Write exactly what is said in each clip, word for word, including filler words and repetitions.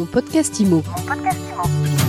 podcast Imo. Mon podcast Imo.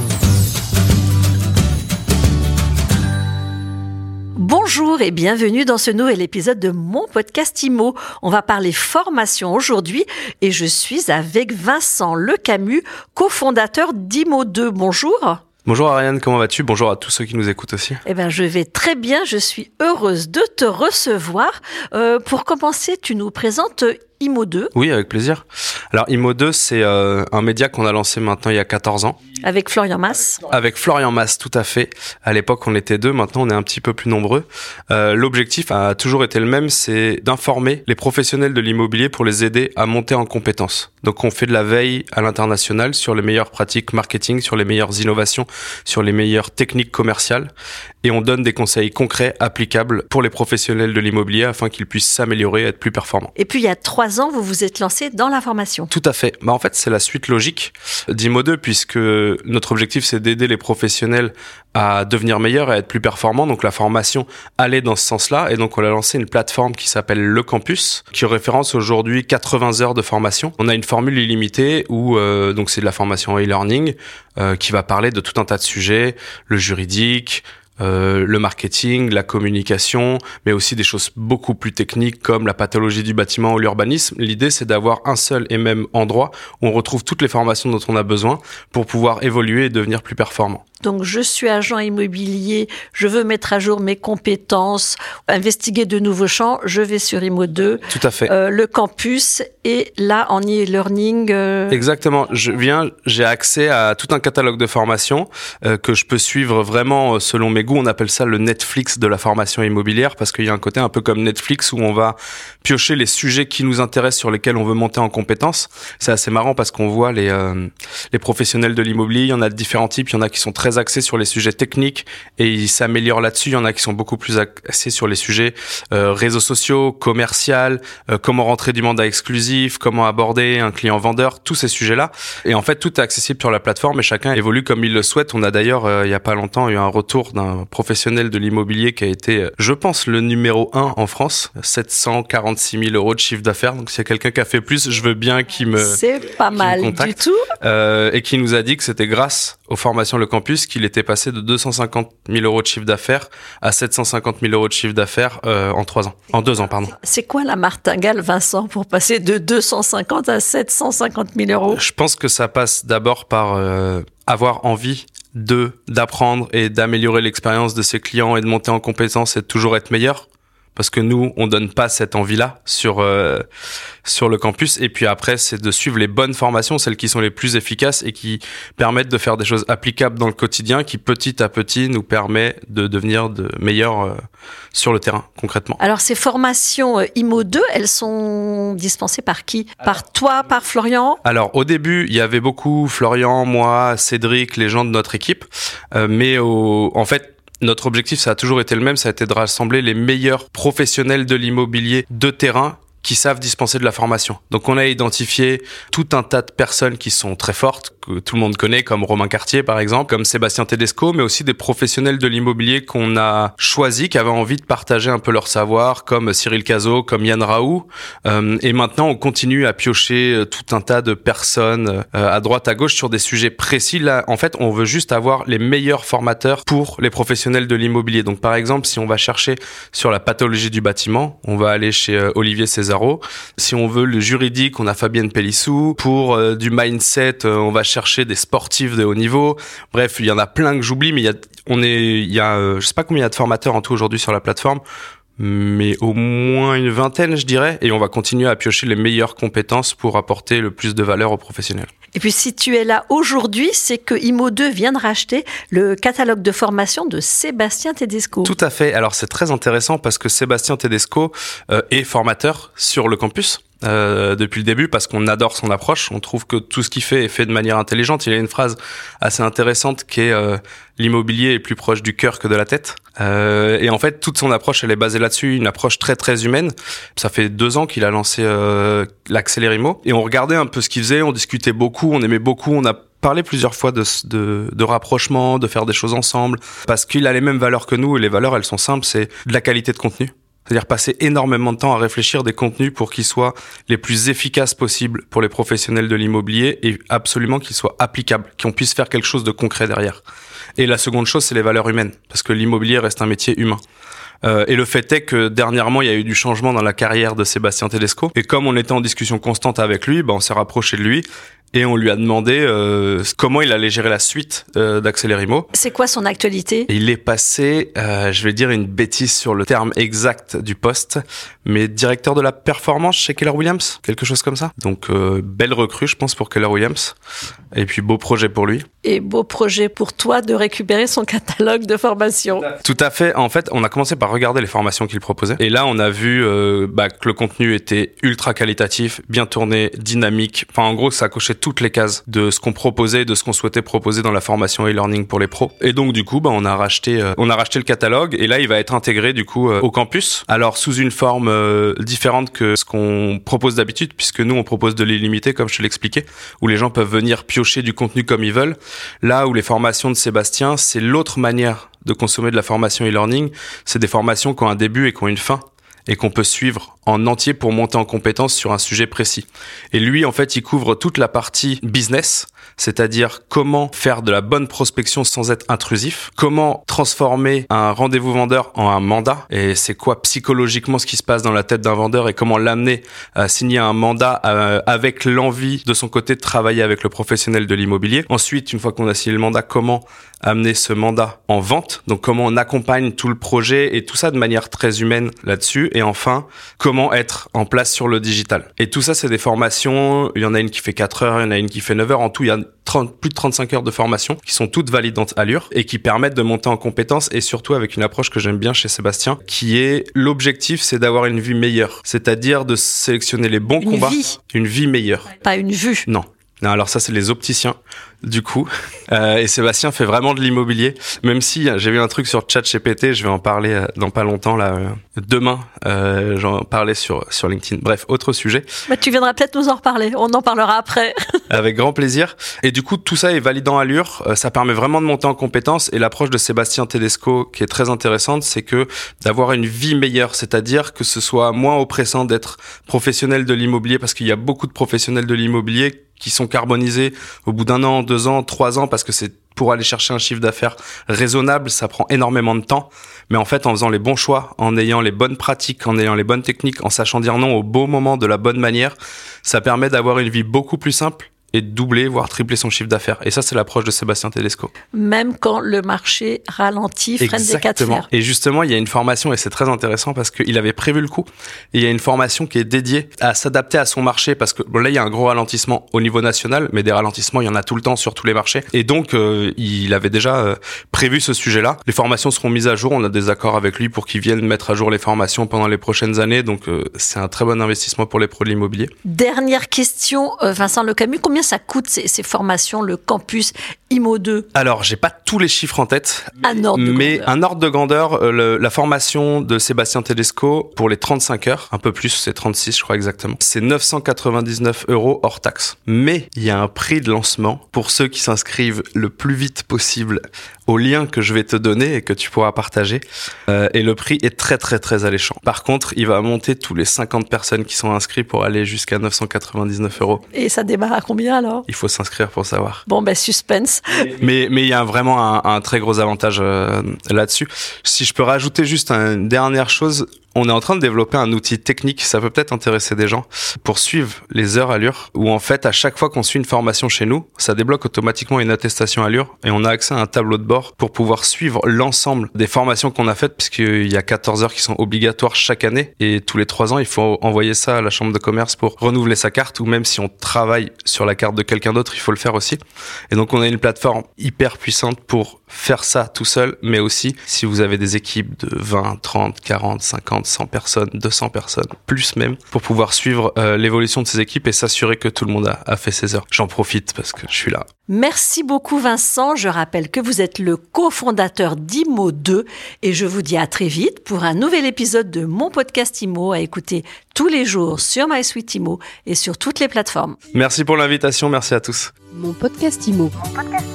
Bonjour et bienvenue dans ce nouvel épisode de mon podcast Imo. On va parler formation aujourd'hui et je suis avec Vincent Lecamus, cofondateur d'Imo deux. Bonjour. Bonjour Ariane, comment vas-tu ? Bonjour à tous ceux qui nous écoutent aussi. Eh ben, je vais très bien, je suis heureuse de te recevoir. Euh, pour commencer, tu nous présentes Imo deux. Oui, avec plaisir. Alors Imo deux, c'est euh, un média qu'on a lancé maintenant il y a quatorze ans. Avec Florian Mass. Avec Florian Mass, tout à fait. À l'époque, on était deux, maintenant on est un petit peu plus nombreux. Euh, l'objectif a toujours été le même, c'est d'informer les professionnels de l'immobilier pour les aider à monter en compétences. Donc on fait de la veille à l'international sur les meilleures pratiques marketing, sur les meilleures innovations, sur les meilleures techniques commerciales. Et on donne des conseils concrets, applicables pour les professionnels de l'immobilier afin qu'ils puissent s'améliorer et être plus performants. Et puis il y a trois ans, vous vous êtes lancé dans la formation. Tout à fait. Bah, en fait, c'est la suite logique d'Imo deux puisque notre objectif, c'est d'aider les professionnels à devenir meilleurs et à être plus performants. Donc la formation allait dans ce sens-là. Et donc on a lancé une plateforme qui s'appelle Le Campus, qui référence aujourd'hui quatre-vingts heures de formation. On a une formule illimitée où euh, donc c'est de la formation e-learning euh, qui va parler de tout un tas de sujets, le juridique, Euh, le marketing, la communication, mais aussi des choses beaucoup plus techniques comme la pathologie du bâtiment ou l'urbanisme. L'idée, c'est d'avoir un seul et même endroit où on retrouve toutes les formations dont on a besoin pour pouvoir évoluer et devenir plus performant. Donc, je suis agent immobilier, je veux mettre à jour mes compétences, investiguer de nouveaux champs, je vais sur Imo deux. Tout à fait. Euh, le campus et là, en e-learning. Euh... Exactement. Je viens, j'ai accès à tout un catalogue de formations euh, que je peux suivre vraiment selon mes goûts. On appelle ça le Netflix de la formation immobilière parce qu'il y a un côté un peu comme Netflix où on va piocher les sujets qui nous intéressent sur lesquels on veut monter en compétences. C'est assez marrant parce qu'on voit les euh, les professionnels de l'immobilier. Il y en a de différents types. Il y en a qui sont très axés sur les sujets techniques et ils s'améliorent là-dessus. Il y en a qui sont beaucoup plus axés sur les sujets euh, réseaux sociaux, commercial, euh, comment rentrer du mandat exclusif, comment aborder un client vendeur, tous ces sujets-là. Et en fait, tout est accessible sur la plateforme et chacun évolue comme il le souhaite. On a d'ailleurs, euh, il y a pas longtemps, eu un retour d'un professionnel de l'immobilier qui a été, je pense, le numéro un en France, sept cent quarante-six mille euros de chiffre d'affaires. Donc, s'il y a quelqu'un qui a fait plus, je veux bien qu'il me C'est pas mal du tout. Euh, et qui nous a dit que c'était grâce aux formations Le Campus qu'il était passé de deux cent cinquante mille euros de chiffre d'affaires à sept cent cinquante mille euros de chiffre d'affaires euh, en trois ans. En deux ans, pardon. C'est quoi la martingale, Vincent, pour passer de deux cent cinquante à sept cent cinquante mille euros ? Je pense que ça passe d'abord par euh, avoir envie de d'apprendre et d'améliorer l'expérience de ses clients et de monter en compétences et de toujours être meilleur. Parce que nous, on donne pas cette envie-là sur euh, sur le campus. Et puis après, c'est de suivre les bonnes formations, celles qui sont les plus efficaces et qui permettent de faire des choses applicables dans le quotidien, qui petit à petit nous permet de devenir de meilleurs euh, sur le terrain, concrètement. Alors, ces formations euh, Imo deux, elles sont dispensées par qui ? Par toi, par Florian ? Alors, au début, il y avait beaucoup Florian, moi, Cédric, les gens de notre équipe. Euh, mais au, en fait, notre objectif, ça a toujours été le même, ça a été de rassembler les meilleurs professionnels de l'immobilier de terrain qui savent dispenser de la formation. Donc on a identifié tout un tas de personnes qui sont très fortes, que tout le monde connaît, comme Romain Cartier par exemple, comme Sébastien Tedesco, mais aussi des professionnels de l'immobilier qu'on a choisis, qui avaient envie de partager un peu leur savoir, comme Cyril Cazot, comme Yann Raoult. Euh, et maintenant on continue à piocher tout un tas de personnes euh, à droite, à gauche sur des sujets précis. Là, en fait, on veut juste avoir les meilleurs formateurs pour les professionnels de l'immobilier. Donc par exemple, si on va chercher sur la pathologie du bâtiment, on va aller chez euh, Olivier César. Si on veut le juridique, on a Fabienne Pellissou. Pour euh, du mindset, euh, on va chercher des sportifs de haut niveau. Bref, il y en a plein que j'oublie, mais il y a, on est, il y a, euh, je sais pas combien il y a de formateurs en tout aujourd'hui sur la plateforme, mais au moins une vingtaine, je dirais. Et on va continuer à piocher les meilleures compétences pour apporter le plus de valeur aux professionnels. Et puis, si tu es là aujourd'hui, c'est que Imo deux vient de racheter le catalogue de formation de Sébastien Tedesco. Tout à fait. Alors, c'est très intéressant parce que Sébastien Tedesco euh, est formateur sur le campus. Euh, depuis le début parce qu'on adore son approche, on trouve que tout ce qu'il fait est fait de manière intelligente. Il y a une phrase assez intéressante qui est euh, l'immobilier est plus proche du cœur que de la tête. Euh, et en fait, toute son approche, elle est basée là-dessus, une approche très très humaine. Ça fait deux ans qu'il a lancé euh, l'Accélérimo et on regardait un peu ce qu'il faisait, on discutait beaucoup, on aimait beaucoup, on a parlé plusieurs fois de, de, de rapprochement, de faire des choses ensemble, parce qu'il a les mêmes valeurs que nous et les valeurs, elles sont simples, c'est de la qualité de contenu. C'est-à-dire passer énormément de temps à réfléchir des contenus pour qu'ils soient les plus efficaces possibles pour les professionnels de l'immobilier et absolument qu'ils soient applicables, qu'on puisse faire quelque chose de concret derrière. Et la seconde chose, c'est les valeurs humaines, parce que l'immobilier reste un métier humain. Euh, et le fait est que dernièrement, il y a eu du changement dans la carrière de Sébastien Tedesco. Et comme on était en discussion constante avec lui, bah, on s'est rapproché de lui. Et on lui a demandé euh, comment il allait gérer la suite euh, d'Accélérimo. C'est quoi son actualité ? Et il est passé, euh, je vais dire une bêtise sur le terme exact du poste, mais directeur de la performance chez Keller Williams, quelque chose comme ça. Donc euh, belle recrue, je pense, pour Keller Williams. Et puis beau projet pour lui. Et beau projet pour toi de récupérer son catalogue de formation. Tout à fait. En fait, on a commencé par regarder les formations qu'il proposait. Et là, on a vu euh, bah, que le contenu était ultra qualitatif, bien tourné, dynamique. Enfin, en gros, ça cochait toutes les cases de ce qu'on proposait, de ce qu'on souhaitait proposer dans la formation e-learning pour les pros. Et donc du coup, bah, on a racheté, euh, on a racheté le catalogue et là, il va être intégré du coup euh, au campus. Alors sous une forme euh, différente que ce qu'on propose d'habitude, puisque nous on propose de l'illimité, comme je te l'expliquais, où les gens peuvent venir piocher du contenu comme ils veulent. Là où les formations de Sébastien, c'est l'autre manière de consommer de la formation e-learning. C'est des formations qui ont un début et qui ont une fin, et qu'on peut suivre en entier pour monter en compétence sur un sujet précis. Et lui, en fait, il couvre toute la partie business, c'est-à-dire comment faire de la bonne prospection sans être intrusif, comment transformer un rendez-vous vendeur en un mandat, et c'est quoi psychologiquement ce qui se passe dans la tête d'un vendeur et comment l'amener à signer un mandat euh, avec l'envie de son côté de travailler avec le professionnel de l'immobilier. Ensuite, une fois qu'on a signé le mandat, comment amener ce mandat en vente, donc comment on accompagne tout le projet et tout ça de manière très humaine là-dessus. Et enfin, comment être en place sur le digital. Et tout ça, c'est des formations. Il y en a une qui fait quatre heures, il y en a une qui fait neuf heures. En tout, il y a trente, plus de trente-cinq heures de formation qui sont toutes validantes Allure et qui permettent de monter en compétences et surtout avec une approche que j'aime bien chez Sébastien, qui est l'objectif, c'est d'avoir une vie meilleure. C'est-à-dire de sélectionner les bons une combats. Vie. Une vie meilleure. Pas une vue. Non. Non, alors ça, c'est les opticiens, du coup. Euh, et Sébastien fait vraiment de l'immobilier. Même si j'ai vu un truc sur ChatGPT, je vais en parler euh, dans pas longtemps, là. Euh, demain, euh, j'en parlais sur, sur LinkedIn. Bref, autre sujet. Bah, tu viendras peut-être nous en reparler. On en parlera après. Avec grand plaisir. Et du coup, tout ça est validant Allure. Euh, ça permet vraiment de monter en compétences. Et l'approche de Sébastien Tedesco, qui est très intéressante, c'est que d'avoir une vie meilleure. C'est-à-dire que ce soit moins oppressant d'être professionnel de l'immobilier, parce qu'il y a beaucoup de professionnels de l'immobilier qui sont carbonisés au bout d'un an, deux ans, trois ans, parce que c'est pour aller chercher un chiffre d'affaires raisonnable, ça prend énormément de temps. Mais en fait, en faisant les bons choix, en ayant les bonnes pratiques, en ayant les bonnes techniques, en sachant dire non au bon moment de la bonne manière, ça permet d'avoir une vie beaucoup plus simple et de doubler, voire tripler son chiffre d'affaires. Et ça, c'est l'approche de Sébastien Tedesco. Même quand le marché ralentit, freine des cas de fer. Et justement, il y a une formation, et c'est très intéressant parce qu'il avait prévu le coup. Et il y a une formation qui est dédiée à s'adapter à son marché, parce que bon, là, il y a un gros ralentissement au niveau national, mais des ralentissements, il y en a tout le temps sur tous les marchés. Et donc, euh, il avait déjà euh, prévu ce sujet-là. Les formations seront mises à jour. On a des accords avec lui pour qu'il vienne mettre à jour les formations pendant les prochaines années. Donc, euh, c'est un très bon investissement pour les pros de l'immobilier. Dernière question, euh, Vincent Lecamus, combien ça coûte ces, ces formations, le campus I M O deux? Alors, j'ai pas tous les chiffres en tête, un ordre de mais grandeur. un ordre de grandeur, euh, le, la formation de Sébastien Tedesco pour les trente-cinq heures, un peu plus, c'est trente-six, je crois exactement, c'est neuf cent quatre-vingt-dix-neuf euros hors taxe. Mais il y a un prix de lancement pour ceux qui s'inscrivent le plus vite possible au lien que je vais te donner et que tu pourras partager. Euh, et le prix est très très très alléchant. Par contre, il va monter tous les cinquante personnes qui sont inscrites pour aller jusqu'à neuf cent quatre-vingt-dix-neuf euros. Et ça démarre à combien alors? Il faut s'inscrire pour savoir. Bon, ben suspense. Mais mais il y a vraiment un, un très gros avantage euh, là-dessus. Si je peux rajouter juste une dernière chose, on est en train de développer un outil technique, ça peut peut-être intéresser des gens, pour suivre les heures Allure, où en fait, à chaque fois qu'on suit une formation chez nous, ça débloque automatiquement une attestation Allure et on a accès à un tableau de bord pour pouvoir suivre l'ensemble des formations qu'on a faites, puisqu'il y a quatorze heures qui sont obligatoires chaque année et tous les trois ans, il faut envoyer ça à la chambre de commerce pour renouveler sa carte, ou même si on travaille sur la carte de quelqu'un d'autre, il faut le faire aussi. Et donc, on a une plateforme hyper puissante pour faire ça tout seul, mais aussi si vous avez des équipes de vingt, trente, quarante, cinquante, cent personnes, deux cents personnes, plus même, pour pouvoir suivre euh, l'évolution de ces équipes et s'assurer que tout le monde a, a fait ses heures. J'en profite parce que je suis là. Merci beaucoup Vincent. Je rappelle que vous êtes le cofondateur d'I M O deux et je vous dis à très vite pour un nouvel épisode de mon podcast I M O à écouter tous les jours sur MySuite I M O et sur toutes les plateformes. Merci pour l'invitation, merci à tous. Mon podcast I M O. Mon podcast